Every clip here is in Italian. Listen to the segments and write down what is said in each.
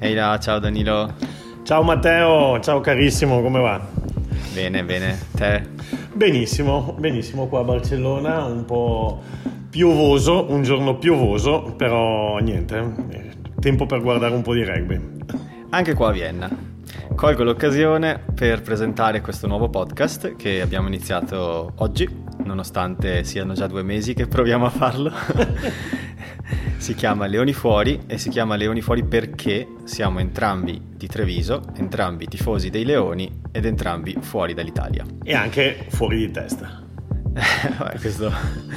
Ehi là, ciao Danilo. Ciao Matteo, ciao carissimo, come va? Bene, te? Benissimo, qua a Barcellona, un po' piovoso, un giorno piovoso, però niente, tempo per guardare un po' di rugby. Anche qua a Vienna. Colgo l'occasione per presentare questo nuovo podcast che abbiamo iniziato oggi, nonostante siano già 2 mesi che proviamo a farlo. Si chiama Leoni Fuori e si chiama Leoni Fuori perché siamo entrambi di Treviso, entrambi tifosi dei Leoni ed entrambi fuori dall'Italia. E anche fuori di testa. Questo...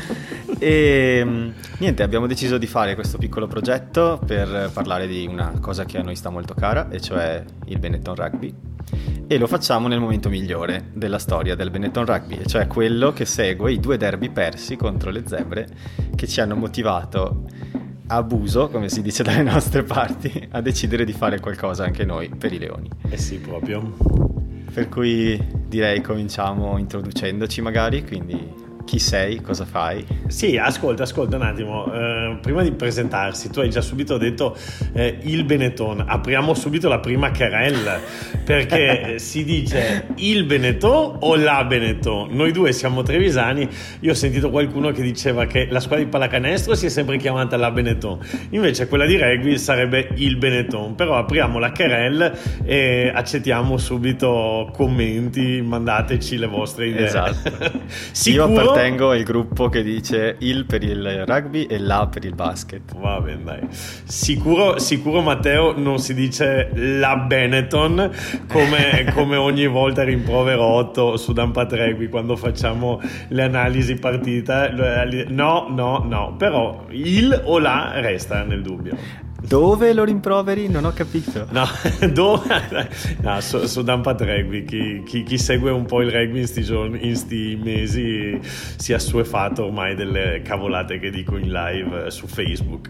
E niente, abbiamo deciso di fare questo piccolo progetto per parlare di una cosa che a noi sta molto cara, e cioè il Benetton Rugby. E lo facciamo nel momento migliore della storia del Benetton Rugby, e cioè quello che segue i 2 derby persi contro le Zebre che ci hanno motivato abuso, come si dice dalle nostre parti, a decidere di fare qualcosa anche noi per i Leoni. Eh sì, proprio. Per cui direi cominciamo introducendoci magari, quindi chi sei, cosa fai? Sì, ascolta un attimo, prima di presentarsi tu hai già subito detto il Benetton, apriamo subito la prima querella, perché si dice il Benetton o la Benetton? Noi due siamo trevisani, io ho sentito qualcuno che diceva che la squadra di pallacanestro si è sempre chiamata la Benetton, invece quella di rugby sarebbe il Benetton, però apriamo la querella e accettiamo subito commenti, mandateci le vostre idee. Esatto. Sicuro? Io appartengo al gruppo che dice il per il rugby e la per il basket. Va bene, dai. Sicuro Matteo non si dice la Benetton come ogni volta rimprovero 8 su Dampat Rugby quando facciamo le analisi partita. No, però il o la resta nel dubbio. Dove lo rimproveri? Non ho capito. No, su Dampat Rugby chi segue un po' il rugby in sti mesi si è assuefato ormai delle cavolate che dico in live su Facebook.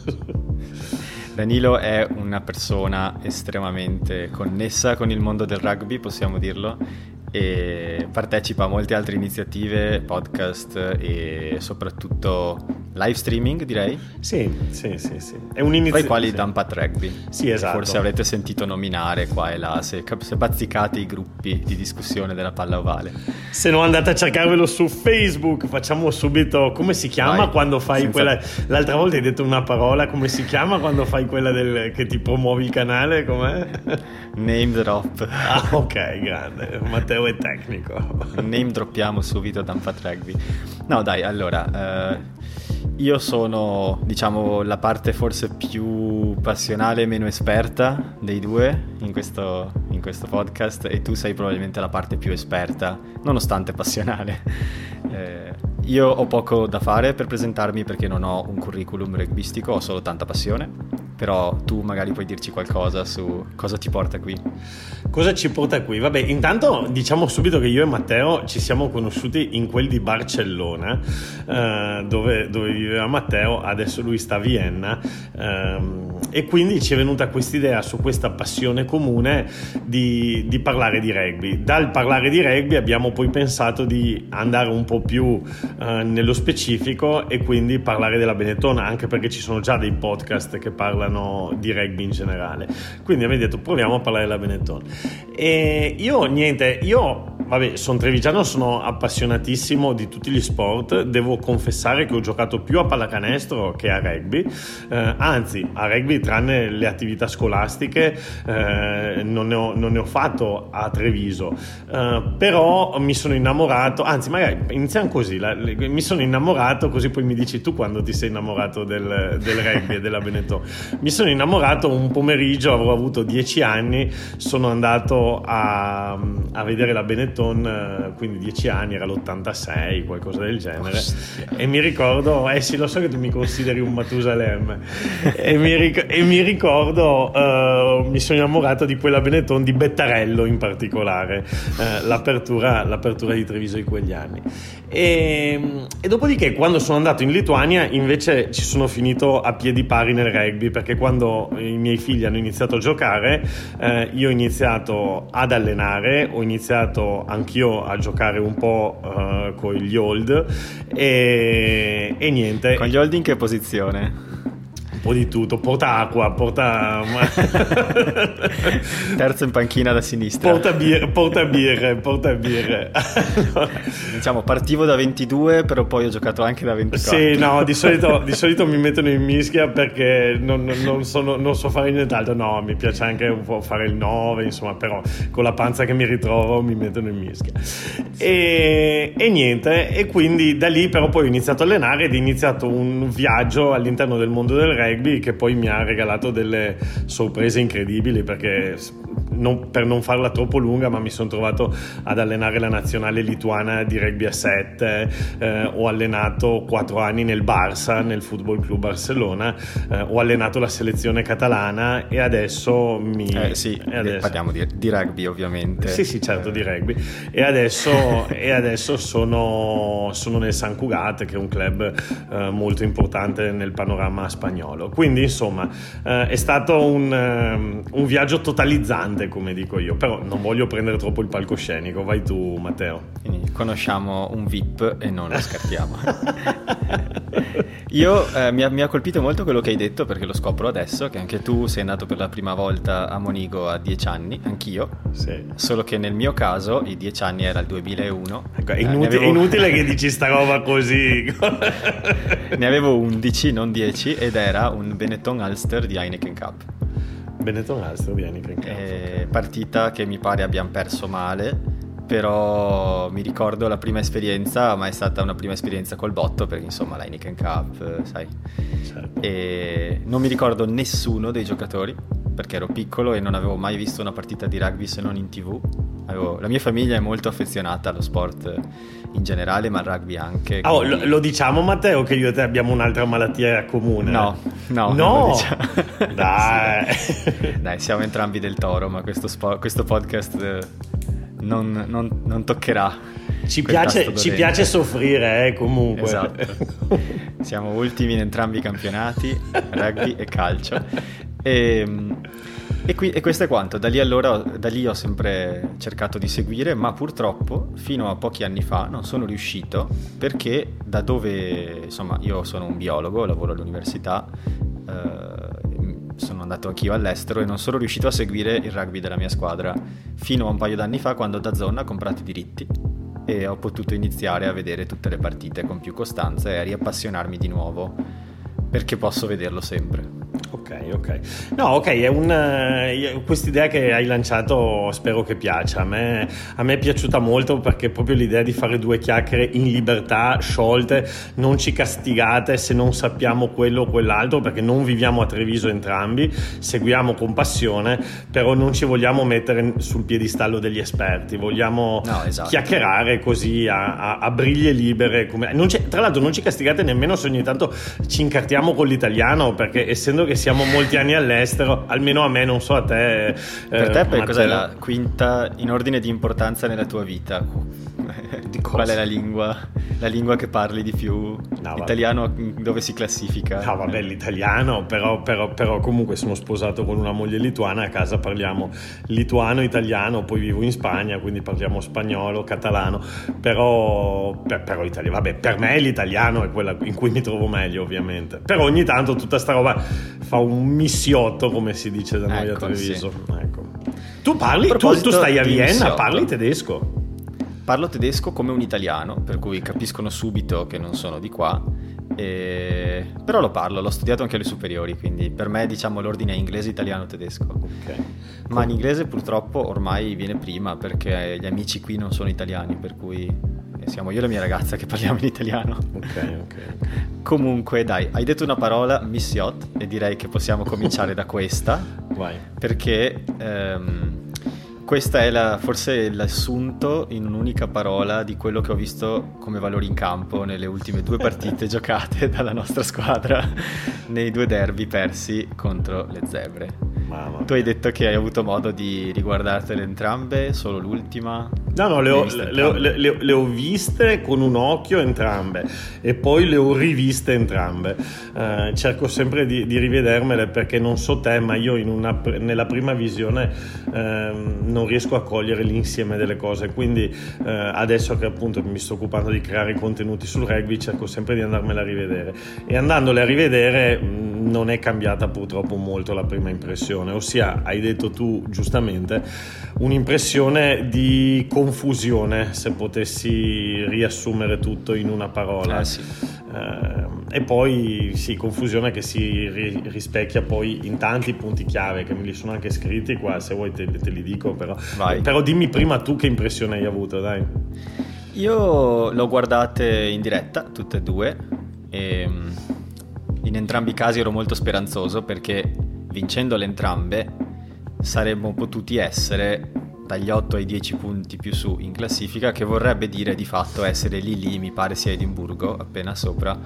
Danilo è una persona estremamente connessa con il mondo del rugby, possiamo dirlo, e partecipa a molte altre iniziative, podcast e soprattutto live streaming, direi. Sì. È un'iniziativa. Tra i quali Dampat Rugby. Sì, esatto. Forse avrete sentito nominare qua e là, se bazzicate i gruppi di discussione della palla ovale. Se no andate a cercarvelo su Facebook. Facciamo subito, come si chiama? Vai, quando fai quella... L'altra volta hai detto una parola, come si chiama quando fai quella che ti promuovi il canale? Com'è? Name drop. Ah, ok, grande. Matteo è tecnico. Name droppiamo subito Dampat Rugby. No dai, allora io sono, diciamo, la parte forse più passionale e meno esperta dei due in questo podcast, e tu sei probabilmente la parte più esperta nonostante passionale. Io ho poco da fare per presentarmi perché non ho un curriculum rugbistico, ho solo tanta passione, però tu magari puoi dirci qualcosa su cosa ti porta qui. Cosa ci porta qui? Vabbè, intanto diciamo subito che io e Matteo ci siamo conosciuti in quel di Barcellona, dove viveva Matteo, adesso lui sta a Vienna, e quindi ci è venuta quest'idea, su questa passione comune di parlare di rugby. Dal parlare di rugby abbiamo poi pensato di andare un po' più nello specifico e quindi parlare della Benetton, anche perché ci sono già dei podcast che parlano di rugby in generale, quindi abbiamo detto proviamo a parlare della Benetton. E io sono trevigiano, sono appassionatissimo di tutti gli sport, devo confessare che ho giocato più a pallacanestro che a rugby, anzi a rugby tranne le attività scolastiche non ne ho fatto a Treviso, però mi sono innamorato, anzi magari iniziamo così, mi sono innamorato, così poi mi dici tu quando ti sei innamorato del rugby e della Benetton. Mi sono innamorato un pomeriggio, avrò avuto 10 anni, sono andato a vedere la Benetton, quindi 10 anni, era l'86, qualcosa del genere. Ostia. E mi ricordo, sì, lo so che tu mi consideri un Matusalemme, e mi ricordo, mi sono innamorato di quella Benetton, di Bettarello in particolare, l'apertura di Treviso di quegli anni. E dopodiché quando sono andato in Lituania invece ci sono finito a piedi pari nel rugby, perché quando i miei figli hanno iniziato a giocare, io ho iniziato ad allenare, ho iniziato anch'io a giocare un po' con gli old e niente. Con gli old in che posizione? po' di tutto, porta acqua, porta terzo in panchina da sinistra, porta birre. Allora, diciamo partivo da 22, però poi ho giocato anche da 24. sì, no, di solito mi mettono in mischia perché non so fare nient'altro. No, mi piace anche un po' fare il 9, insomma, però con la panza che mi ritrovo mi mettono in mischia. E niente, e quindi da lì però poi ho iniziato a allenare ed è iniziato un viaggio all'interno del mondo del rugby che poi mi ha regalato delle sorprese incredibili, perché per non farla troppo lunga, ma mi sono trovato ad allenare la nazionale lituana di rugby a 7, ho allenato 4 anni nel Barça, nel Football Club Barcellona, ho allenato la selezione catalana e adesso parliamo di rugby, ovviamente. Sì, certo, di rugby. E adesso sono nel Sant Cugat, che è un club molto importante nel panorama spagnolo. Quindi insomma è stato un viaggio totalizzante, come dico io, però non voglio prendere troppo il palcoscenico. Vai tu, Matteo. Quindi conosciamo un VIP e non lo scartiamo. Io mi ha colpito molto quello che hai detto, perché lo scopro adesso che anche tu sei andato per la prima volta a Monigo a 10 anni, anch'io. Sì. Solo che nel mio caso i 10 anni era il 2001. Ecco, è inutile che dici sta roba così. Ne avevo 11, non 10, ed era un Benetton Ulster di Heineken Cup. Benetton Ulster di Heineken Cup. Partita che mi pare abbiamo perso male, però mi ricordo la prima esperienza, ma è stata una prima esperienza col botto, perché insomma l'Heineken Cup, sai. Certo. E non mi ricordo nessuno dei giocatori, perché ero piccolo e non avevo mai visto una partita di rugby se non in TV. La mia famiglia è molto affezionata allo sport in generale, ma al rugby anche. Quindi... lo diciamo, Matteo, che io e te abbiamo un'altra malattia comune? No. Non lo diciamo. Dai. Dai, siamo entrambi del Toro, ma questo podcast non toccherà. Ci piace soffrire, comunque. Esatto. Siamo ultimi in entrambi i campionati, rugby e calcio. E questo è quanto. Da lì ho sempre cercato di seguire, ma purtroppo fino a pochi anni fa non sono riuscito, perché da dove, insomma, io sono un biologo, lavoro all'università, sono andato anch'io all'estero e non sono riuscito a seguire il rugby della mia squadra fino a un paio d'anni fa, quando DAZN ha comprato i diritti e ho potuto iniziare a vedere tutte le partite con più costanza e a riappassionarmi di nuovo, perché posso vederlo sempre. Ok. No, ok, è quest'idea che hai lanciato, spero che piaccia. A me è piaciuta molto, perché proprio l'idea di fare due chiacchiere in libertà, sciolte, non ci castigate se non sappiamo quello o quell'altro, perché non viviamo a Treviso entrambi, seguiamo con passione, però non ci vogliamo mettere sul piedistallo degli esperti, vogliamo chiacchierare così a briglie libere. Tra l'altro non ci castigate nemmeno se ogni tanto ci incartiamo con l'italiano, perché essendo che siamo molti anni all'estero, almeno a me, non so a te. Per te cos'è la quinta in ordine di importanza nella tua vita? Qual è la lingua che parli di più? L'italiano dove si classifica? No, vabbè, l'italiano, però comunque sono sposato con una moglie lituana, a casa parliamo lituano, italiano, poi vivo in Spagna, quindi parliamo spagnolo, catalano, però italiano, vabbè, per me l'italiano è quella in cui mi trovo meglio, ovviamente, però ogni tanto tutta sta roba fa un missiotto, come si dice da noi a Treviso. Sì. Ecco. Tu stai a Vienna, parli tedesco? Parlo tedesco come un italiano, per cui capiscono subito che non sono di qua, però l'ho studiato anche alle superiori, quindi per me, diciamo, l'ordine è inglese, italiano, tedesco. Okay. Ma in inglese purtroppo ormai viene prima, perché gli amici qui non sono italiani, per cui siamo io e la mia ragazza che parliamo in italiano. Ok. Comunque dai, hai detto una parola, missiot, e direi che possiamo cominciare da questa. Vai. Perché questa è forse l'assunto in un'unica parola di quello che ho visto come valori in campo nelle ultime 2 partite giocate dalla nostra squadra nei 2 derby persi contro le Zebre. Mamma tu hai detto che hai avuto modo di riguardartele entrambe, solo l'ultima? No, le ho viste con un occhio entrambe e poi le ho riviste entrambe. Cerco sempre di rivedermele, perché non so te, ma io nella prima visione non riesco a cogliere l'insieme delle cose, quindi adesso che appunto mi sto occupando di creare contenuti sul rugby, cerco sempre di andarmela a rivedere, e andandole a rivedere non è cambiata purtroppo molto la prima impressione, ossia, hai detto tu giustamente, un'impressione di confusione, se potessi riassumere tutto in una parola. Sì. E poi sì, confusione che si rispecchia poi in tanti punti chiave, che me li sono anche scritti qua, se vuoi te li dico, però dimmi prima tu che impressione hai avuto, dai. Io l'ho guardate in diretta tutte e due, e in entrambi i casi ero molto speranzoso, perché vincendole entrambe saremmo potuti essere dagli 8 ai 10 punti più su in classifica, che vorrebbe dire di fatto essere lì, mi pare sia Edimburgo, appena sopra,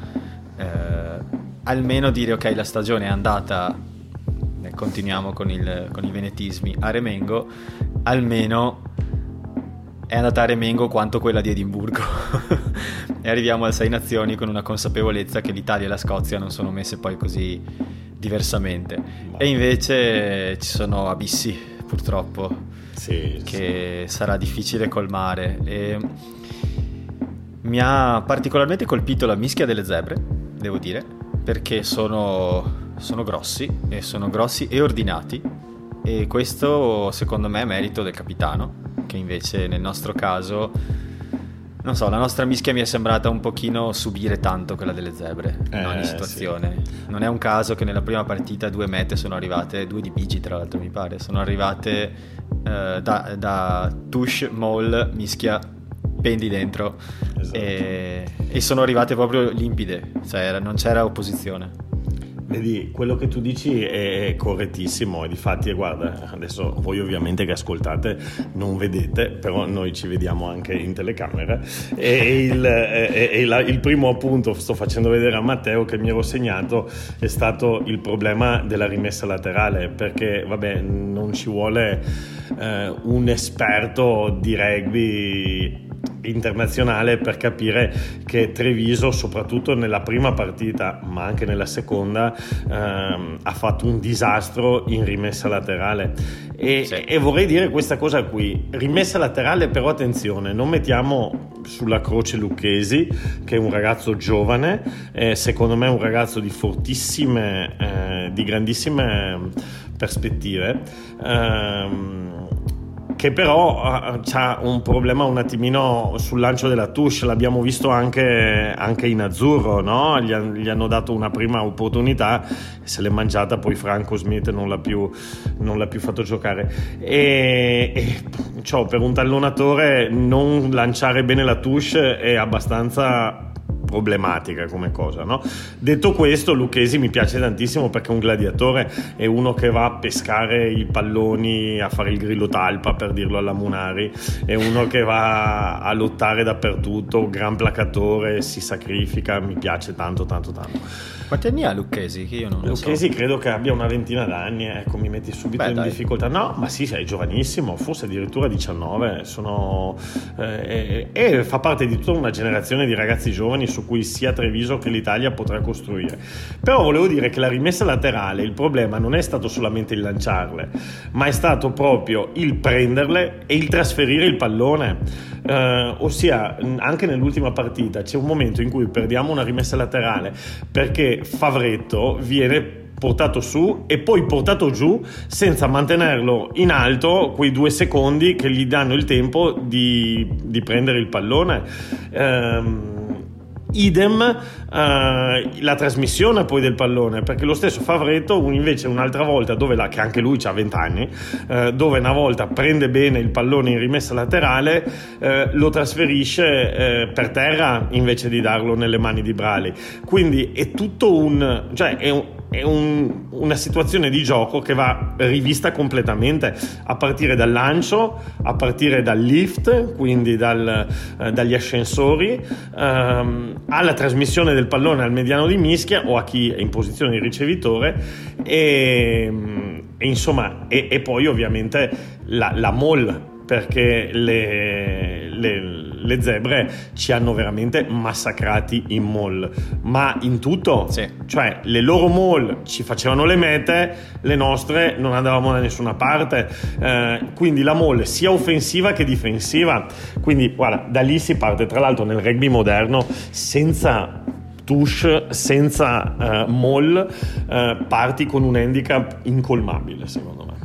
almeno dire ok, la stagione è andata, continuiamo con i venetismi, a remengo, almeno è andata a remengo quanto quella di Edimburgo e arriviamo al 6 nazioni con una consapevolezza che l'Italia e la Scozia non sono messe poi così diversamente, e invece ci sono abissi, purtroppo, che sarà difficile colmare. E mi ha particolarmente colpito la mischia delle zebre, devo dire, perché sono grossi e ordinati, e questo secondo me è merito del capitano, che invece nel nostro caso, non so, la nostra mischia mi è sembrata un pochino subire tanto quella delle zebre in ogni situazione. Sì. Non è un caso che nella prima partita 2 mete sono arrivate, 2 di Bigi tra l'altro mi pare, sono arrivate da Tush, Maul, mischia, pendi dentro, esatto. E sono arrivate proprio limpide, cioè non c'era opposizione. Vedi, quello che tu dici è correttissimo, e difatti, guarda, adesso voi ovviamente che ascoltate non vedete, però noi ci vediamo anche in telecamera, e il primo appunto sto facendo vedere a Matteo che mi ero segnato è stato il problema della rimessa laterale, perché vabbè, non ci vuole un esperto di rugby internazionale per capire che Treviso, soprattutto nella prima partita ma anche nella seconda, ha fatto un disastro in rimessa laterale, e vorrei dire questa cosa qui: rimessa laterale, però attenzione, non mettiamo sulla croce Lucchesi, che è un ragazzo giovane, secondo me è un ragazzo di fortissime, di grandissime prospettive, che però ha un problema un attimino sul lancio della touche. L'abbiamo visto anche in azzurro, no? Gli hanno dato una prima opportunità e se l'è mangiata, poi Franco Smith non l'ha più fatto giocare, e ciò, per un tallonatore non lanciare bene la touche è abbastanza problematica come cosa, no? Detto questo, Lucchesi mi piace tantissimo perché è un gladiatore, è uno che va a pescare i palloni, a fare il grillo talpa, per dirlo alla Munari, è uno che va a lottare dappertutto, gran placatore, si sacrifica, mi piace tanto. Quanti anni ha Lucchesi? Che io non lo so. Lucchesi credo che abbia una ventina d'anni, ecco, mi metti subito in difficoltà. No, ma sì, sei giovanissimo, forse addirittura 19, e fa parte di tutta una generazione di ragazzi giovani su cui sia Treviso che l'Italia potrà costruire. Però volevo dire che la rimessa laterale, il problema non è stato solamente il lanciarle, ma è stato proprio il prenderle e il trasferire il pallone. Ossia, anche nell'ultima partita c'è un momento in cui perdiamo una rimessa laterale perché Favretto viene portato su e poi portato giù senza mantenerlo in alto quei 2 secondi che gli danno il tempo di prendere il pallone. Idem la trasmissione poi del pallone, perché lo stesso Favretto invece un'altra volta, che anche lui ha 20 anni, dove una volta prende bene il pallone in rimessa laterale, lo trasferisce per terra invece di darlo nelle mani di Brali. Quindi è tutto una situazione di gioco che va rivista completamente, a partire dal lancio, a partire dal lift, quindi dagli ascensori, alla trasmissione del pallone al mediano di mischia o a chi è in posizione di ricevitore, e insomma, e poi ovviamente la mall perché le zebre ci hanno veramente massacrati in mall, ma in tutto, sì. Cioè le loro mall ci facevano le mete, le nostre non andavamo da nessuna parte, quindi la mall sia offensiva che difensiva, quindi guarda, da lì si parte. Tra l'altro nel rugby moderno, senza touche, senza mall, parti con un handicap incolmabile, secondo me.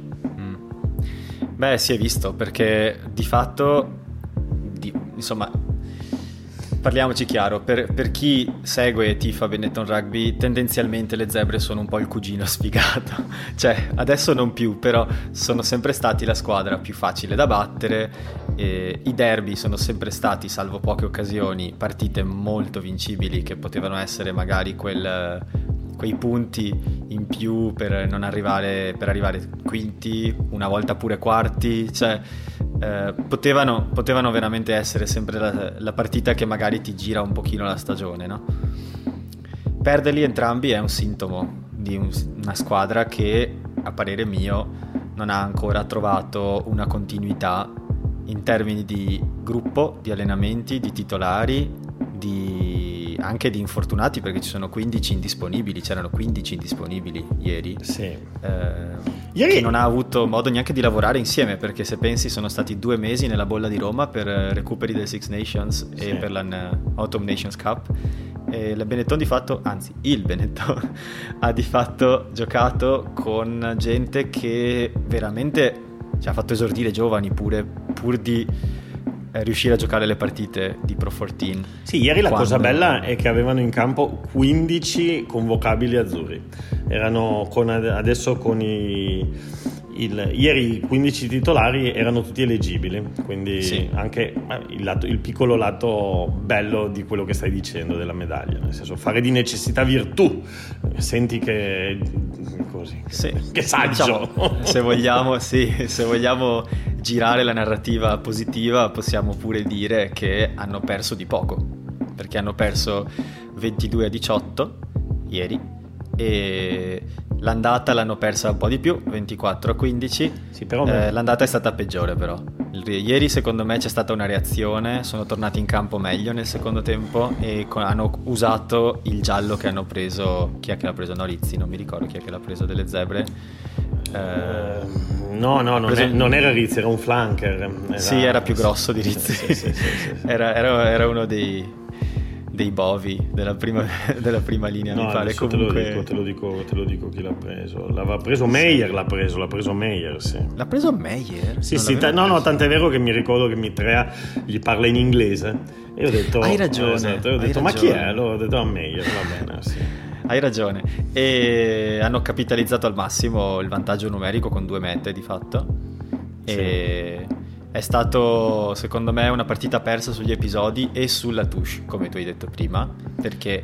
Beh, si è visto, perché di fatto, insomma, parliamoci chiaro, per chi segue e tifa Benetton Rugby, tendenzialmente le zebre sono un po' il cugino sfigato. Cioè, adesso non più, però sono sempre stati la squadra più facile da battere. I derby sono sempre stati, salvo poche occasioni, partite molto vincibili, che potevano essere magari quei punti in più per arrivare quinti, una volta pure quarti, cioè potevano veramente essere sempre la partita che magari ti gira un pochino la stagione, no? Perderli entrambi è un sintomo di una squadra che, a parere mio, non ha ancora trovato una continuità in termini di gruppo, di allenamenti, di titolari, anche di infortunati, perché ci sono 15 indisponibili, c'erano 15 indisponibili ieri. Sì. Ieri che non ha avuto modo neanche di lavorare insieme, perché se pensi sono stati 2 mesi nella bolla di Roma per recuperi del Six Nations e per l'Autumn Nations Cup, e il Benetton ha di fatto giocato con gente che veramente ci ha fatto esordire giovani pur di riuscire a giocare le partite di Pro 14. Sì, ieri la cosa bella è che avevano in campo 15 convocabili azzurri. Erano adesso con ieri i 15 titolari erano tutti eleggibili, quindi sì. Anche il piccolo lato bello di quello che stai dicendo della medaglia, nel senso, fare di necessità virtù. Senti che così, sì. Che saggio. Diciamo, se vogliamo girare la narrativa positiva, possiamo pure dire che hanno perso di poco, perché hanno perso 22-18 ieri, e l'andata l'hanno persa un po' di più, 24-15. Sì, però l'andata è stata peggiore, però ieri secondo me c'è stata una reazione, sono tornati in campo meglio nel secondo tempo e hanno usato il giallo che hanno preso. Chi è che l'ha preso? No, Rizzi, non mi ricordo chi è che l'ha preso delle zebre. Non era Rizzi, era un flanker. Era più grosso di Rizzi. Sì. Era uno dei bovi della prima linea, mi pare. Comunque te lo dico chi l'ha preso. L'aveva preso Meyer, l'ha preso Meyer, sì. L'ha preso Meyer? Sì, tant'è vero che mi ricordo che Mitrea gli parla in inglese e ho detto hai ragione. Esatto, ho detto ma chi è? Allora ho detto Meyer, va bene, sì. Hai ragione. E hanno capitalizzato al massimo il vantaggio numerico con 2 mete di fatto. Sì. E è stato, secondo me, una partita persa sugli episodi e sulla touche, come tu hai detto prima, perché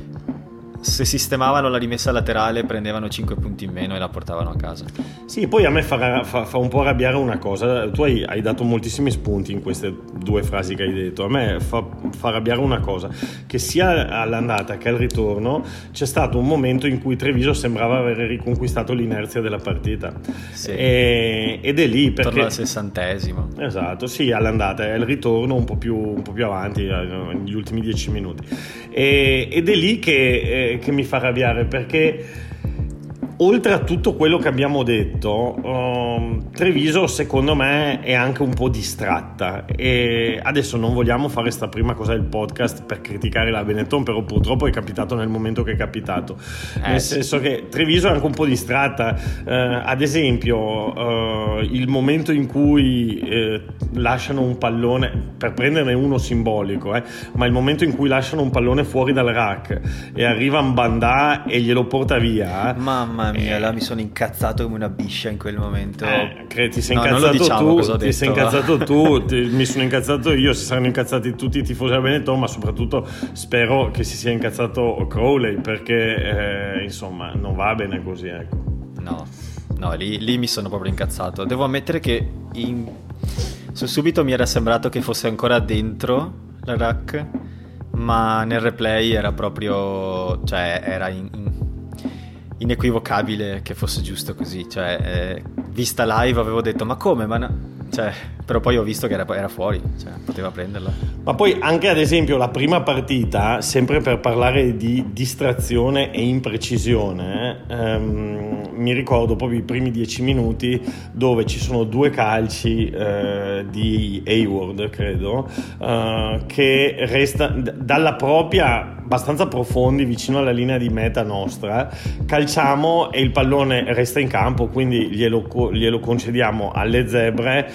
se sistemavano la rimessa laterale prendevano 5 punti in meno e la portavano a casa. Sì, poi a me fa un po' arrabbiare una cosa. Tu hai dato moltissimi spunti in queste 2 frasi che hai detto. A me fa arrabbiare una cosa, che sia all'andata che al ritorno c'è stato un momento in cui Treviso sembrava aver riconquistato l'inerzia della partita. Sì. Ed è lì perché torno al 60°. Esatto, sì, all'andata e al ritorno un po' più avanti, negli ultimi 10 minuti. Ed è lì che mi fa arrabbiare, perché oltre a tutto quello che abbiamo detto, Treviso secondo me è anche un po' distratta, e adesso non vogliamo fare sta prima cosa del podcast per criticare la Benetton, però purtroppo è capitato nel momento che è capitato, nel senso che Treviso è anche un po' distratta. Ad esempio il momento in cui lasciano un pallone, per prenderne uno simbolico, ma il momento in cui lasciano un pallone fuori dal rack e arriva Mbanda e glielo porta via, mamma mia, là mi sono incazzato come una biscia in quel momento. Ti sei incazzato tu, mi sono incazzato io, si saranno incazzati tutti i tifosi della Benetton, ma soprattutto spero che si sia incazzato Crowley, perché insomma non va bene così, ecco. No, lì mi sono proprio incazzato. Devo ammettere che subito mi era sembrato che fosse ancora dentro la rack, ma nel replay era proprio, cioè era inequivocabile che fosse giusto così, cioè vista live avevo detto ma come, cioè, però poi ho visto che era fuori, cioè, poteva prenderla. Ma poi anche ad esempio la prima partita, sempre per parlare di distrazione e imprecisione, mi ricordo proprio i primi 10 minuti dove ci sono 2 calci di Hayward, credo, che resta dalla propria, abbastanza profondi, vicino alla linea di meta nostra, calciamo e il pallone resta in campo, quindi glielo concediamo alle zebre,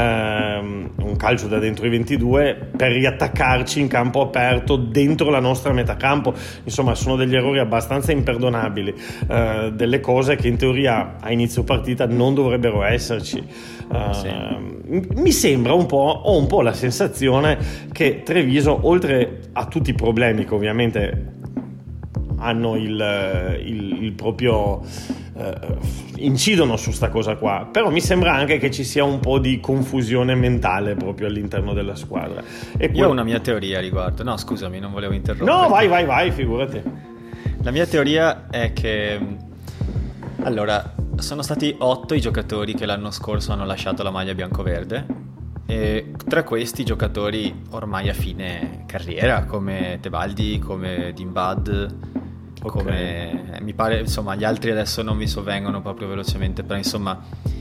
un calcio da dentro i 22 per riattaccarci in campo aperto dentro la nostra metacampo. Insomma, sono degli errori abbastanza imperdonabili, delle cose che in teoria a inizio partita non dovrebbero esserci. Mi sembra ho un po' la sensazione che Treviso, oltre a tutti i problemi che ovviamente hanno il proprio incidono su sta cosa qua, però mi sembra anche che ci sia un po' di confusione mentale proprio all'interno della squadra. Io ho una mia teoria a riguardo. No, scusami, non volevo interrompere. No, vai, figurati. La mia teoria è che, allora, sono stati 8 i giocatori che l'anno scorso hanno lasciato la maglia biancoverde, e tra questi giocatori ormai a fine carriera, come Tebaldi, come Dinbad, come mi pare, insomma, gli altri adesso non mi sovvengono proprio velocemente, però insomma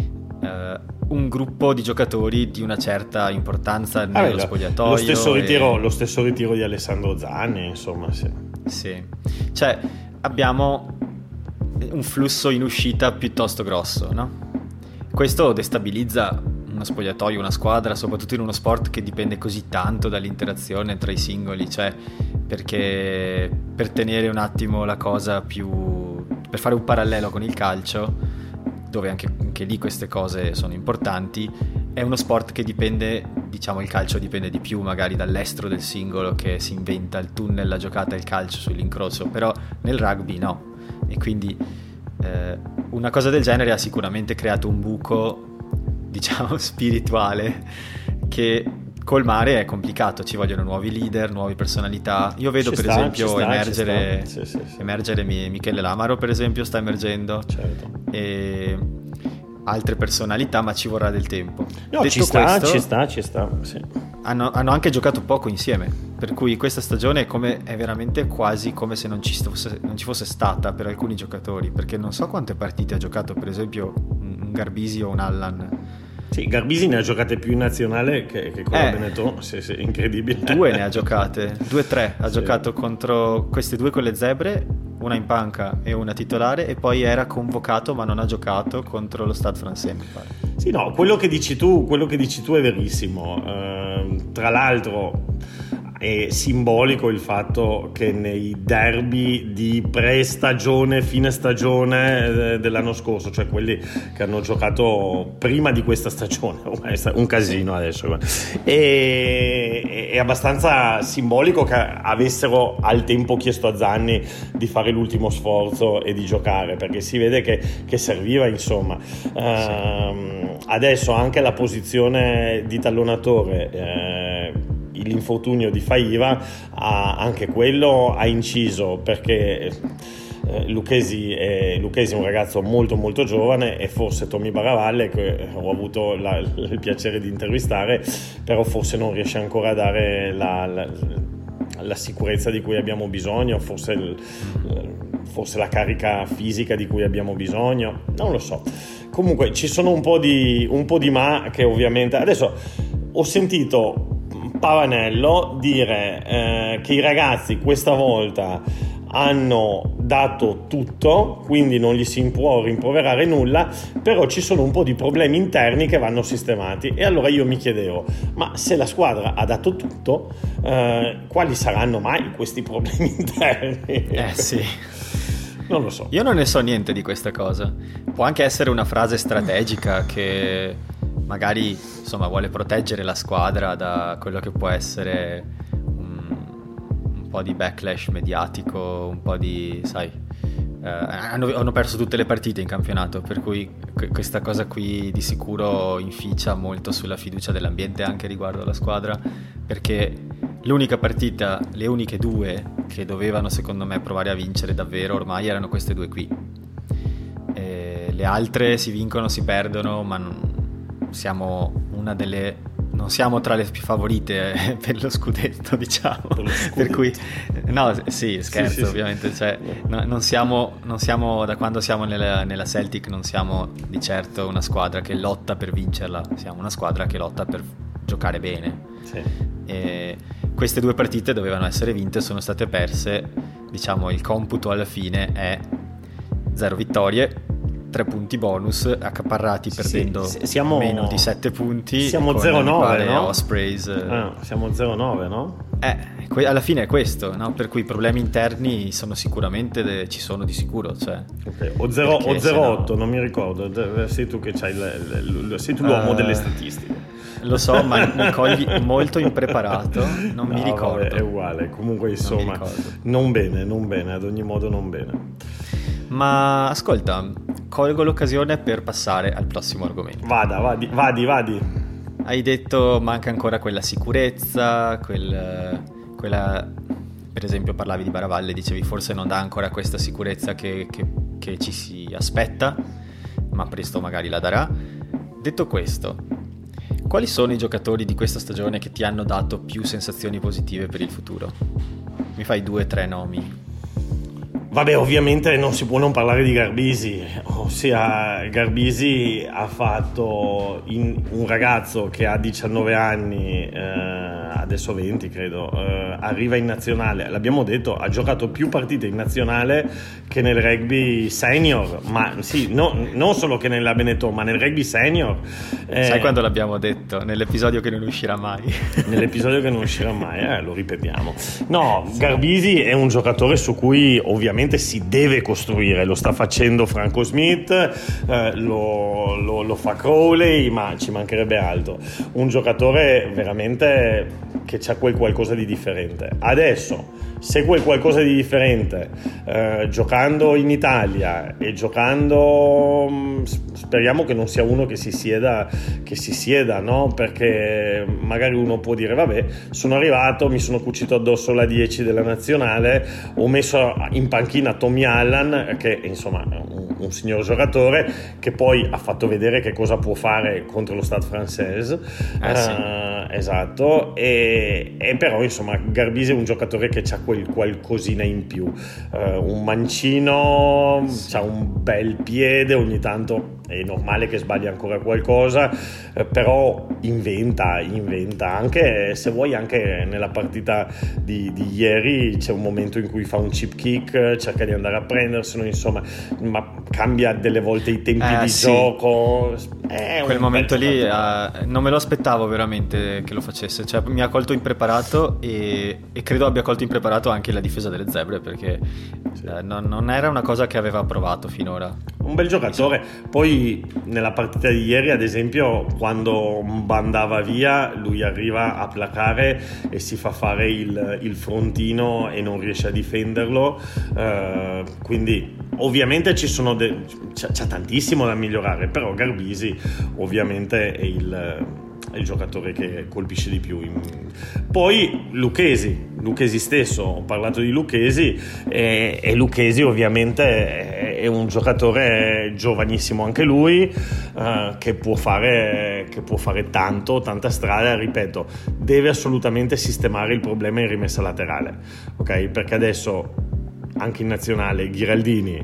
un gruppo di giocatori di una certa importanza nello spogliatoio. Lo stesso ritiro di Alessandro Zanni, insomma, sì. Cioè abbiamo un flusso in uscita piuttosto grosso, no? Questo destabilizza uno spogliatoio, una squadra, soprattutto in uno sport che dipende così tanto dall'interazione tra i singoli, cioè, perché per tenere un attimo la cosa per fare un parallelo con il calcio, dove anche lì queste cose sono importanti, è uno sport che dipende, diciamo, il calcio dipende di più magari dall'estro del singolo, che si inventa il tunnel, la giocata, il calcio sull'incrocio, però nel rugby no, e quindi una cosa del genere ha sicuramente creato un buco, diciamo, spirituale, che colmare è complicato. Ci vogliono nuovi leader, nuove personalità. Io vedo esempio emergere Michele Lamaro, per esempio, sta emergendo, certo, e altre personalità, ma ci vorrà del tempo. No, Detto ci sta, sì. Hanno anche giocato poco insieme, per cui questa stagione è veramente quasi come se non ci fosse stata per alcuni giocatori, perché non so quante partite ha giocato, per esempio, un Garbisi o un Allan. Sì, Garbisi ne ha giocate più in nazionale che con la Benetton, sì, incredibile. 2 ne ha giocate, 2-3 ha giocato contro queste 2 con le zebre, una in panca e una titolare, e poi era convocato ma non ha giocato contro lo Stade Français, mi pare. Sì, no, quello che dici tu è verissimo. Tra l'altro è simbolico il fatto che nei derby di pre-stagione, fine stagione dell'anno scorso, cioè quelli che hanno giocato prima di questa stagione, è un casino adesso, è abbastanza simbolico che avessero al tempo chiesto a Zanni di fare l'ultimo sforzo e di giocare, perché si vede che serviva, insomma. Adesso anche la posizione di tallonatore, l'infortunio di Faiva, anche quello ha inciso, perché Lucchesi è un ragazzo molto molto giovane, e forse Tommy Baravalle, che ho avuto il piacere di intervistare, però forse non riesce ancora a dare la sicurezza di cui abbiamo bisogno, forse la carica fisica di cui abbiamo bisogno, non lo so. Comunque ci sono un po' di ma che ovviamente adesso ho sentito Pavanello dire che i ragazzi questa volta hanno dato tutto, quindi non gli si può rimproverare nulla, però ci sono un po' di problemi interni che vanno sistemati. E allora io mi chiedevo, ma se la squadra ha dato tutto, quali saranno mai questi problemi interni? Sì, non lo so. Io non ne so niente di questa cosa. Può anche essere una frase strategica che magari, insomma, vuole proteggere la squadra da quello che può essere un po' di backlash mediatico, un po' di, sai, hanno perso tutte le partite in campionato, per cui questa cosa qui di sicuro inficia molto sulla fiducia dell'ambiente anche riguardo alla squadra, perché l'unica partita, le uniche 2 che dovevano secondo me provare a vincere davvero ormai erano queste 2 qui, le altre si vincono, si perdono, ma siamo una delle... non siamo tra le più favorite per lo scudetto, diciamo. Per cui no, sì, scherzo, sì. Ovviamente, cioè, non siamo da quando siamo nella Celtic, non siamo di certo una squadra che lotta per vincerla, siamo una squadra che lotta per giocare bene. Sì. E queste 2 partite dovevano essere vinte, sono state perse, diciamo il computo alla fine è 0 vittorie, 3 punti bonus accaparrati, perdendo siamo, meno di 7 punti. Siamo 0-9, no? Ospreys. Siamo 0-9, no? Alla fine è questo, no? Per cui i problemi interni sono sicuramente ci sono di sicuro, cioè. Okay. O 0-8, non mi ricordo. Sei tu che c'hai sei tu l'uomo delle statistiche. Lo so, ma mi cogli molto impreparato, non mi ricordo. Vabbè, è uguale, comunque insomma non bene, ad ogni modo non bene. Ma ascolta, colgo l'occasione per passare al prossimo argomento. Vadi. Hai detto manca ancora quella sicurezza, quella... Per esempio parlavi di Baravalle, dicevi forse non dà ancora questa sicurezza che ci si aspetta, ma presto magari la darà. Detto questo, quali sono i giocatori di questa stagione che ti hanno dato più sensazioni positive per il futuro? Mi fai 2-3 nomi? Vabbè, ovviamente non si può non parlare di Garbisi, ossia Garbisi ha fatto un ragazzo che ha 19 anni, adesso 20 credo, arriva in nazionale, l'abbiamo detto, ha giocato più partite in nazionale che nel rugby senior, ma sì, non solo che nella Benetton, ma nel rugby senior. Sai quando l'abbiamo detto? Nell'episodio che non uscirà mai. Nell'episodio che non uscirà mai, lo ripetiamo. No, Garbisi è un giocatore su cui ovviamente si deve costruire, lo sta facendo Franco Smith, lo fa Crowley, ma ci mancherebbe altro. Un giocatore veramente che c'ha quel qualcosa di differente. Adesso, se quel qualcosa di differente, giocando in Italia e giocando, speriamo che non sia uno che si sieda, no? Perché magari uno può dire vabbè, sono arrivato, mi sono cucito addosso la 10 della nazionale, ho messo in panchina Tommy Allan, che insomma è un signor giocatore, che poi ha fatto vedere che cosa può fare contro lo Stade Français. Sì. Esatto, e però insomma Garbisi è un giocatore che ha quel qualcosina in più, un mancino, c'ha un bel piede, ogni tanto è normale che sbagli ancora qualcosa, però inventa anche, se vuoi, anche nella partita di ieri c'è un momento in cui fa un chip kick, cerca di andare a prenderselo, insomma, ma cambia delle volte i tempi di gioco. Quel momento lì non me lo aspettavo veramente che lo facesse, cioè mi ha colto impreparato e credo abbia colto impreparato anche la difesa delle zebre, perché non era una cosa che aveva provato finora. Un bel giocatore. Poi nella partita di ieri, ad esempio, quando andava via, lui arriva a placare e si fa fare il frontino e non riesce a difenderlo, quindi ovviamente c'è tantissimo da migliorare, però Garbisi ovviamente è il giocatore che colpisce di più. Poi Lucchesi stesso, ho parlato di Lucchesi, e Lucchesi ovviamente è un giocatore giovanissimo anche lui, che può fare tanta strada. Ripeto, deve assolutamente sistemare il problema in rimessa laterale, ok? Perché adesso anche in nazionale Ghiraldini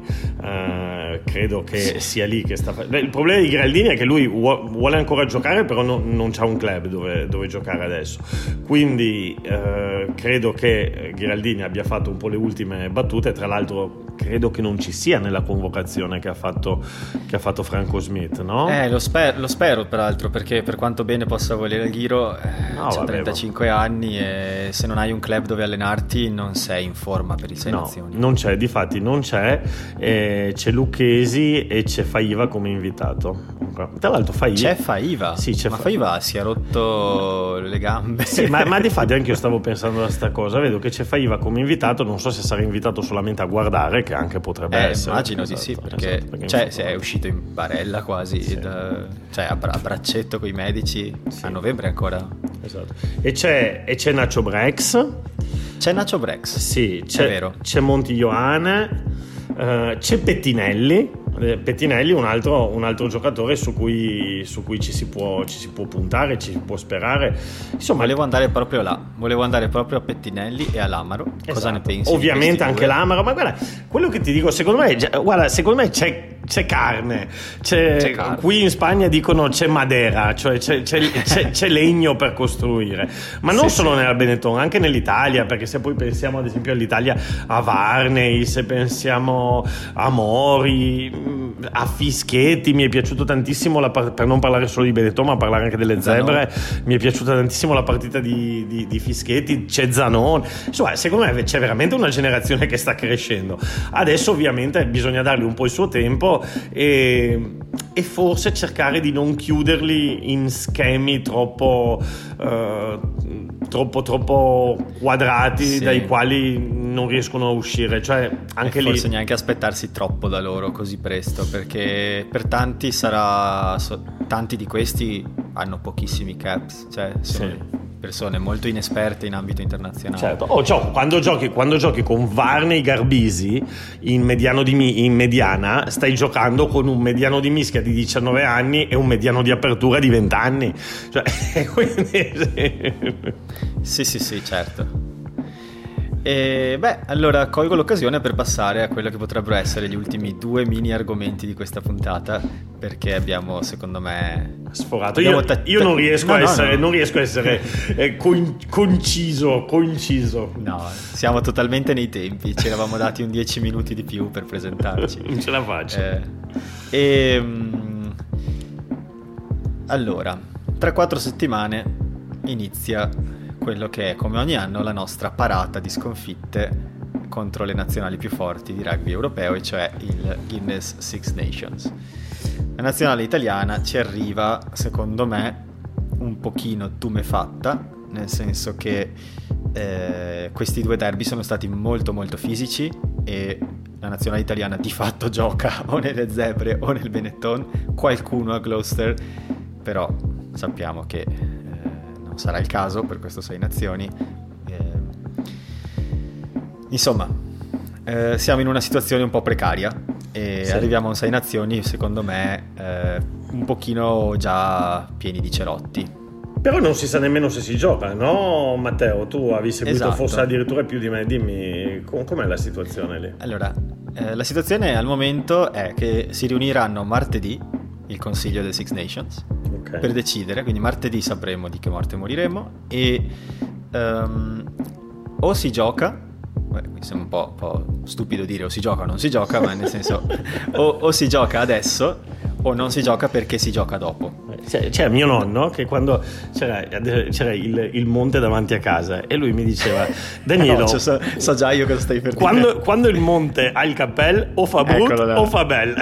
credo che sia lì che sta il problema di Ghiraldini è che lui vuole ancora giocare, però non c'ha un club dove giocare adesso, quindi credo che Ghiraldini abbia fatto un po' le ultime battute. Tra l'altro credo che non ci sia nella convocazione che ha fatto Franco Smith, no? Lo spero peraltro, perché per quanto bene possa volere il Ghiro, c'ha 35 anni e se non hai un club dove allenarti non sei in forma per il Sei Nazioni. Non c'è, difatti non c'è, c'è Lucchesi e c'è Faiva come invitato. Tra l'altro c'è Faiva? Sì, c'è Faiva si è rotto le gambe. Sì, ma difatti anche io stavo pensando a sta cosa, vedo che c'è Faiva come invitato, non so se sarà invitato solamente a guardare, che anche potrebbe essere. Immagino di sì, perché è uscito in barella quasi, sì. A braccetto con i medici, sì. A novembre ancora. Esatto. E c'è Nacho Brex. C'è Nacho Brex, sì, è vero. C'è Monti Ioane, c'è Pettinelli, Pettinelli un altro giocatore su cui ci si può puntare, ci si può sperare. Insomma, volevo andare proprio a Pettinelli e a Lamaro. Esatto. Cosa ne pensi? Ovviamente anche Lamaro, ma guarda, quello che ti dico, secondo me c'è carne, qui in Spagna dicono c'è madera, cioè c'è legno per costruire, ma non solo nella Benetton, anche nell'Italia, perché se poi pensiamo ad esempio all'Italia, a Varney, se pensiamo a Mori, a Fischetti, mi è piaciuto tantissimo per non parlare solo di Benetton ma parlare anche delle Zebre, mi è piaciuta tantissimo la partita di Fischetti, c'è Zanon, insomma secondo me c'è veramente una generazione che sta crescendo. Adesso ovviamente bisogna dargli un po' il suo tempo e forse cercare di non chiuderli in schemi troppo quadrati, dai quali non riescono a uscire, cioè anche lì forse neanche aspettarsi troppo da loro così presto, perché per tanti tanti di questi hanno pochissimi caps, cioè sono persone molto inesperte in ambito internazionale. Certo. Quando giochi con Varney Garbisi in mediana, stai giocando con un mediano di mischia di 19 anni e un mediano di apertura di 20 anni, cioè quindi sì, certo. E allora colgo l'occasione per passare a quello che potrebbero essere gli ultimi 2 mini argomenti di questa puntata, perché abbiamo, secondo me, sforato. Io non riesco a essere conciso. No, siamo totalmente nei tempi. Ci eravamo dati un 10 minuti di più per presentarci. Non ce la faccio. Allora, tra 4 settimane inizia quello che è, come ogni anno, la nostra parata di sconfitte contro le nazionali più forti di rugby europeo, e cioè il Guinness Six Nations. La nazionale italiana ci arriva, secondo me, un pochino tumefatta, nel senso che questi 2 derby sono stati molto molto fisici e la nazionale italiana di fatto gioca o nelle Zebre o nel Benetton, qualcuno a Gloucester, però sappiamo che sarà il caso per questo 6 nazioni. Insomma, siamo in una situazione un po' precaria e arriviamo a un 6 nazioni, secondo me, un pochino già pieni di cerotti. Però non si sa nemmeno se si gioca, no Matteo? Tu avevi seguito forse addirittura più di me, dimmi com'è la situazione lì? Allora, la situazione al momento è che si riuniranno martedì il Consiglio delle Six Nations per decidere, quindi martedì sapremo di che morte moriremo e o si gioca, mi sembra un po' stupido dire o si gioca o non si gioca, ma nel senso o si gioca adesso o non si gioca perché si gioca dopo. C'era mio nonno che quando c'era il monte davanti a casa e lui mi diceva: Danilo, so già io cosa stai per dire. Quando il monte ha il cappello o fa brutto o fa bello.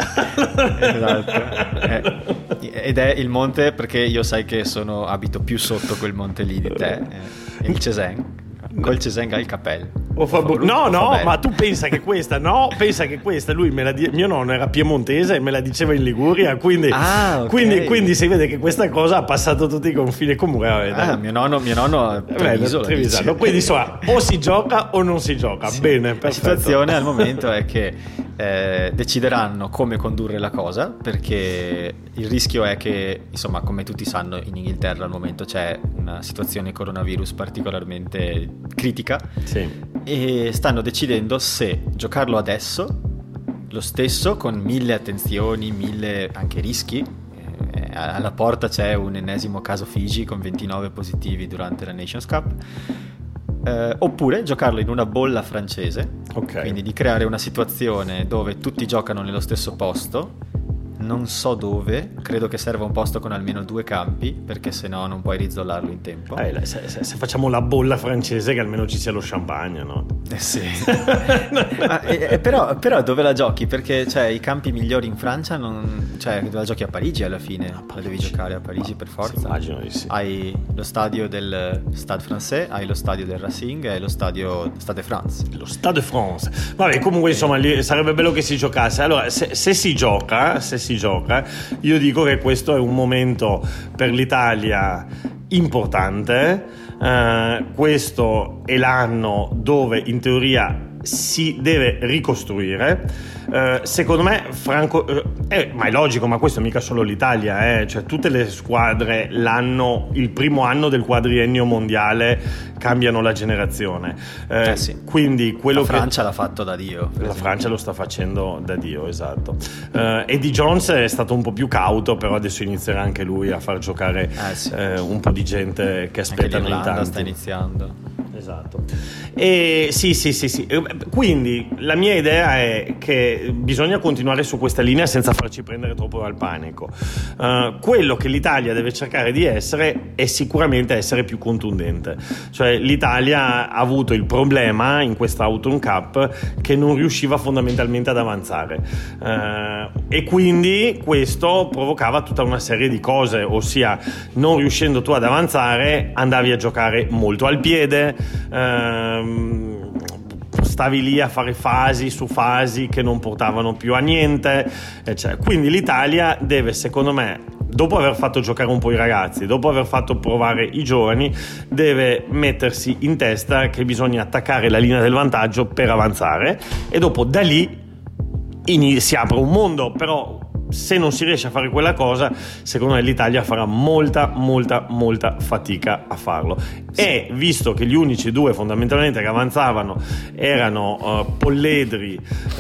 Esatto. Ed è il monte, perché io sai che abito più sotto quel monte lì di te, il Cesen. Col Cesen ha il cappello. Ma tu pensa che questa lui mio nonno era piemontese e me la diceva in Liguria, quindi si vede che questa cosa ha passato tutti i confini comunque. Mio nonno è Treviso, quindi insomma o si gioca o non si gioca. Sì. Bene, perfetto. La situazione al momento è che decideranno come condurre la cosa, perché il rischio è che, insomma, come tutti sanno, in Inghilterra al momento c'è una situazione coronavirus particolarmente critica. Sì. E stanno decidendo se giocarlo adesso, lo stesso, con 1000 attenzioni, 1000 anche rischi. Alla porta c'è un ennesimo caso Fiji con 29 positivi durante la Nations Cup. Oppure giocarlo in una bolla francese, quindi di creare una situazione dove tutti giocano nello stesso posto, non so dove, credo che serva un posto con almeno 2 campi, perché se no non puoi rizzollarlo in tempo. Se facciamo la bolla francese, che almeno ci sia lo champagne, no? Sì. però dove la giochi? Perché i campi migliori in Francia dove la giochi a Parigi alla fine. La devi giocare a Parigi per forza. Immagino di sì. Hai lo stadio del Stade Français, hai lo stadio del Racing e lo stadio Stade France. Lo Stade France. Vabbè, comunque insomma lì sarebbe bello che si giocasse. Allora, se si gioca, io dico che questo è un momento per l'Italia importante. Questo è l'anno dove in teoria si deve ricostruire. secondo me Franco, ma è logico, ma questo è mica solo l'Italia, cioè tutte le squadre il primo anno del quadriennio mondiale cambiano la generazione, sì. Quindi quello la Francia l'ha fatto da Dio, la Francia lo sta facendo da Dio, esatto. Eddie Jones è stato un po' più cauto, però adesso inizierà anche lui a far giocare un po' di gente che aspettano in tanti. Sta iniziando. Esatto. E sì. Quindi la mia idea è che bisogna continuare su questa linea senza farci prendere troppo dal panico. Quello che l'Italia deve cercare di essere è sicuramente essere più contundente. Cioè l'Italia ha avuto il problema in questa Autumn Cup che non riusciva fondamentalmente ad avanzare, e quindi questo provocava tutta una serie di cose, ossia non riuscendo tu ad avanzare andavi a giocare molto al piede, stavi lì a fare fasi su fasi che non portavano più a niente, eccetera. Quindi l'Italia deve, secondo me, dopo aver fatto giocare un po' i ragazzi, dopo aver fatto provare i giovani, deve mettersi in testa che bisogna attaccare la linea del vantaggio per avanzare, e dopo da lì si apre un mondo. Però se non si riesce a fare quella cosa, secondo me l'Italia farà molta fatica a farlo. E visto che gli unici due fondamentalmente che avanzavano erano Polledri,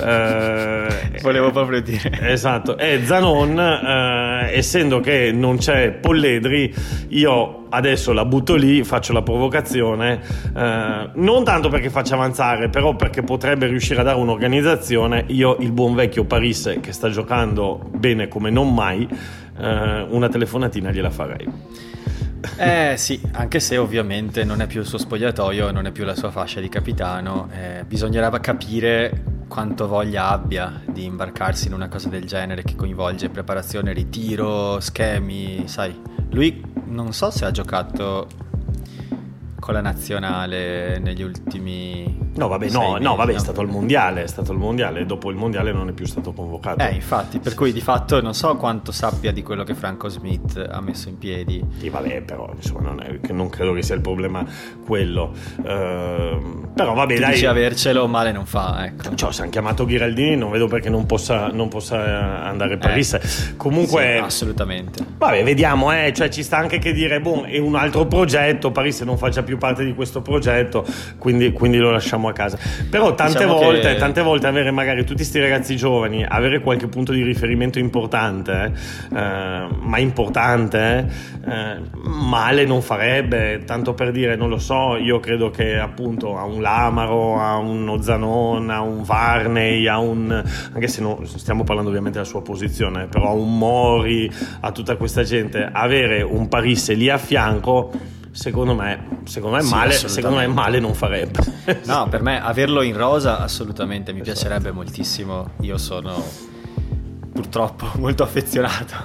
volevo proprio dire, esatto, e Zanon, essendo che non c'è Polledri, io adesso la butto lì, faccio la provocazione, non tanto perché faccia avanzare, però perché potrebbe riuscire a dare un'organizzazione. Io, il buon vecchio Paris, che sta giocando bene come non mai, una telefonatina gliela farei. Sì, anche se ovviamente non è più il suo spogliatoio, non è più la sua fascia di capitano, bisognerà capire quanto voglia abbia di imbarcarsi in una cosa del genere che coinvolge preparazione, ritiro, schemi, sai. Lui non so se ha giocato con la nazionale negli ultimi è stato al mondiale, dopo il mondiale non è più stato convocato. Infatti, per cui di fatto non so quanto sappia di quello che Franco Smith ha messo in piedi. Sì, vabbè, però insomma non credo che sia il problema quello. Però vabbè, dai. Dici avercelo male non fa, ecco. Cioè, se hanno chiamato Ghiraldini, non vedo perché non possa andare a Paris. Comunque, sì, assolutamente. Vabbè, vediamo, cioè ci sta anche che dire, è un altro progetto, Paris non faccia più parte di questo progetto, quindi lo lasciamo a casa. Però tante volte avere magari tutti sti ragazzi giovani, avere qualche punto di riferimento importante, ma importante, male non farebbe. Tanto per dire, non lo so, io credo che appunto a un Lamaro, a uno Zanon, a un Varney, anche se non stiamo parlando ovviamente della sua posizione, però a un Mori, a tutta questa gente, avere un Paris lì a fianco, secondo me male non farebbe. No, per me averlo in rosa assolutamente mi piacerebbe moltissimo. Io sono purtroppo molto affezionato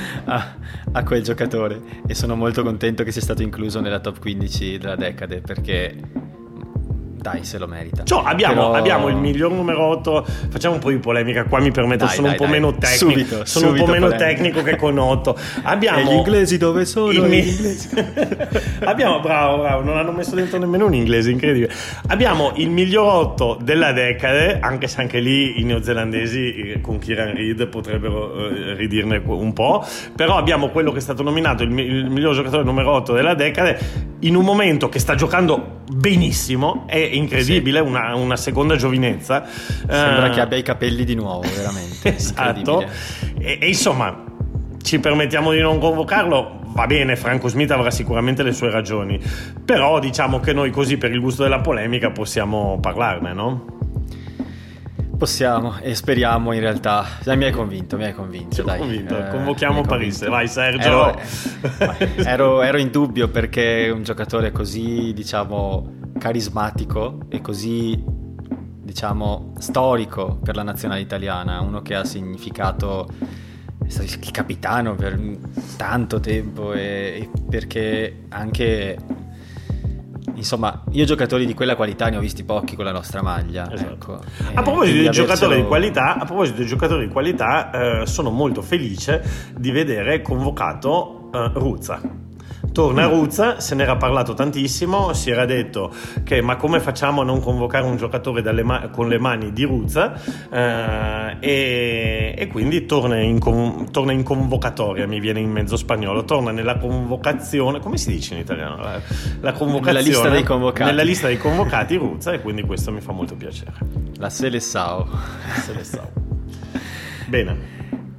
a quel giocatore e sono molto contento che sia stato incluso nella top 15 della decade, perché dai, se lo merita. Cioè, abbiamo il miglior numero 8. Facciamo un po' di polemica qua, mi permetto, sono un po' meno tecnico. Sono un po' meno tecnico che con 8. E gli inglesi dove sono? Gli inglesi. Bravo, non hanno messo dentro nemmeno un inglese, incredibile. Abbiamo il miglior 8 della decade, anche se anche lì i neozelandesi con Kieran Reid potrebbero ridirne un po'. Però abbiamo quello che è stato nominato il miglior giocatore numero 8 della decade, in un momento che sta giocando benissimo. È incredibile, sì. una seconda giovinezza. Sembra che abbia i capelli di nuovo, veramente. Esatto. E insomma, ci permettiamo di non convocarlo, va bene, Franco Smith avrà sicuramente le sue ragioni, però diciamo che noi così, per il gusto della polemica, possiamo parlarne, no? Possiamo, e speriamo, in realtà. Mi hai convinto, dai. Convinto. Convochiamo Paris, vai Sergio. Ero in dubbio, perché è un giocatore così, diciamo, carismatico e così, diciamo, storico per la nazionale italiana, uno che ha significato, è stato il capitano per tanto tempo, e perché anche, insomma, io giocatori di quella qualità ne ho visti pochi con la nostra maglia. Esatto. Ecco. A proposito di giocatori di qualità, sono molto felice di vedere convocato Ruzza. Torna Ruz, se n'era parlato tantissimo, si era detto che ma come facciamo a non convocare un giocatore con le mani di Ruz, e quindi torna in convocatoria, mi viene in mezzo spagnolo, torna nella convocazione, come si dice in italiano? La convocazione, nella lista dei convocati Ruz, e quindi questo mi fa molto piacere. La Seleção. Bene.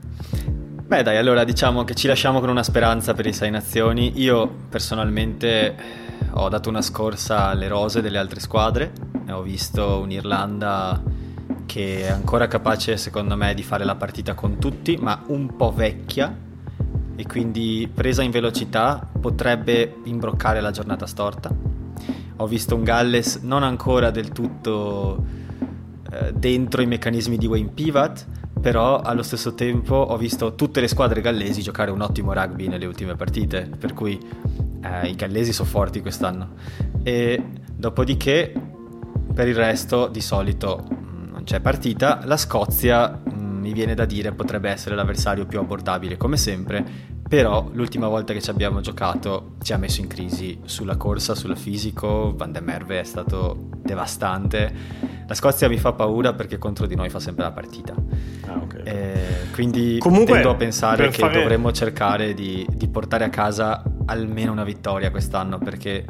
Beh dai, allora diciamo che ci lasciamo con una speranza per i 6 nazioni. Io personalmente ho dato una scorsa alle rose delle altre squadre e ho visto un'Irlanda che è ancora capace secondo me di fare la partita con tutti, ma un po' vecchia, e quindi presa in velocità potrebbe imbroccare la giornata storta. Ho visto un Galles non ancora del tutto dentro i meccanismi di Wayne Pivatt, però allo stesso tempo ho visto tutte le squadre gallesi giocare un ottimo rugby nelle ultime partite, per cui i gallesi sono forti quest'anno. E dopodiché per il resto di solito non c'è partita. La Scozia mi viene da dire potrebbe essere l'avversario più abbordabile come sempre, però l'ultima volta che ci abbiamo giocato ci ha messo in crisi sulla corsa, sul fisico. Van der Merwe è stato devastante. La Scozia mi fa paura perché contro di noi fa sempre la partita. Okay. Quindi comunque tendo a pensare che dovremmo cercare di portare a casa almeno una vittoria quest'anno, perché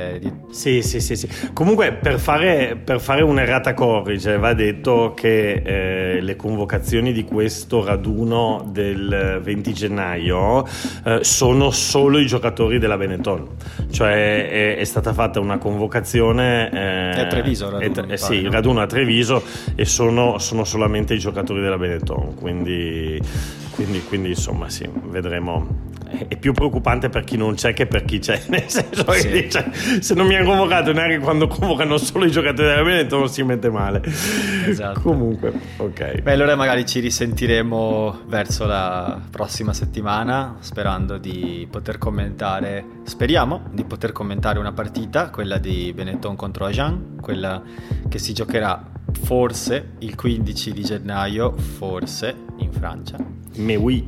sì. Comunque per fare un'errata corrige va detto che le convocazioni di questo raduno del 20 gennaio sono solo i giocatori della Benetton, cioè è stata fatta una convocazione a Treviso, il raduno a Treviso, e sono solamente i giocatori della Benetton, quindi insomma sì, vedremo. È più preoccupante per chi non c'è che per chi c'è, nel senso che dice, se non mi hanno convocato, neanche quando convocano solo i giocatori della Benetton non si mette male. Esatto. Comunque, ok. Beh, allora magari ci risentiremo verso la prossima settimana, sperando di poter commentare, speriamo di poter commentare una partita, quella di Benetton contro Agen, quella che si giocherà forse il 15 di gennaio, forse in Francia. Mais oui.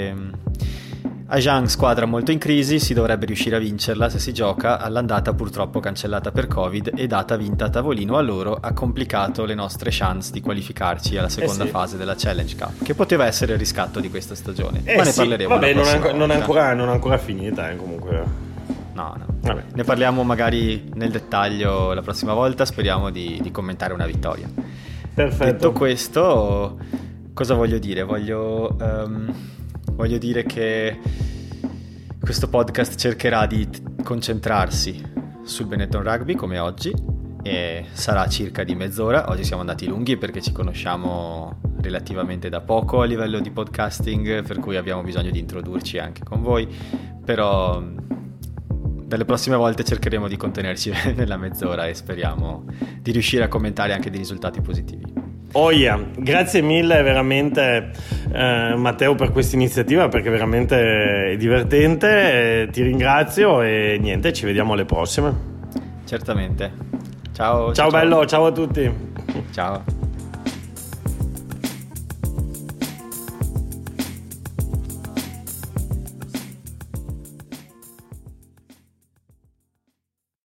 Agen, squadra molto in crisi, si dovrebbe riuscire a vincerla se si gioca. All'andata purtroppo cancellata per Covid e data vinta a tavolino a loro ha complicato le nostre chance di qualificarci alla seconda fase della Challenge Cup, che poteva essere il riscatto di questa stagione, ma ne parleremo. Vabbè, non è ancora finita comunque. No. Vabbè. Ne parliamo magari nel dettaglio la prossima volta, speriamo di commentare una vittoria. Perfetto. Detto questo, cosa voglio dire? Voglio dire che questo podcast cercherà di concentrarsi sul Benetton Rugby come oggi, e sarà circa di mezz'ora. Oggi siamo andati lunghi perché ci conosciamo relativamente da poco a livello di podcasting, per cui abbiamo bisogno di introdurci anche con voi, però dalle prossime volte cercheremo di contenerci nella mezz'ora e speriamo di riuscire a commentare anche dei risultati positivi. Grazie mille veramente Matteo per questa iniziativa, perché veramente è divertente, ti ringrazio e niente, ci vediamo alle prossime. Certamente. Ciao bello, ciao a tutti. Ciao.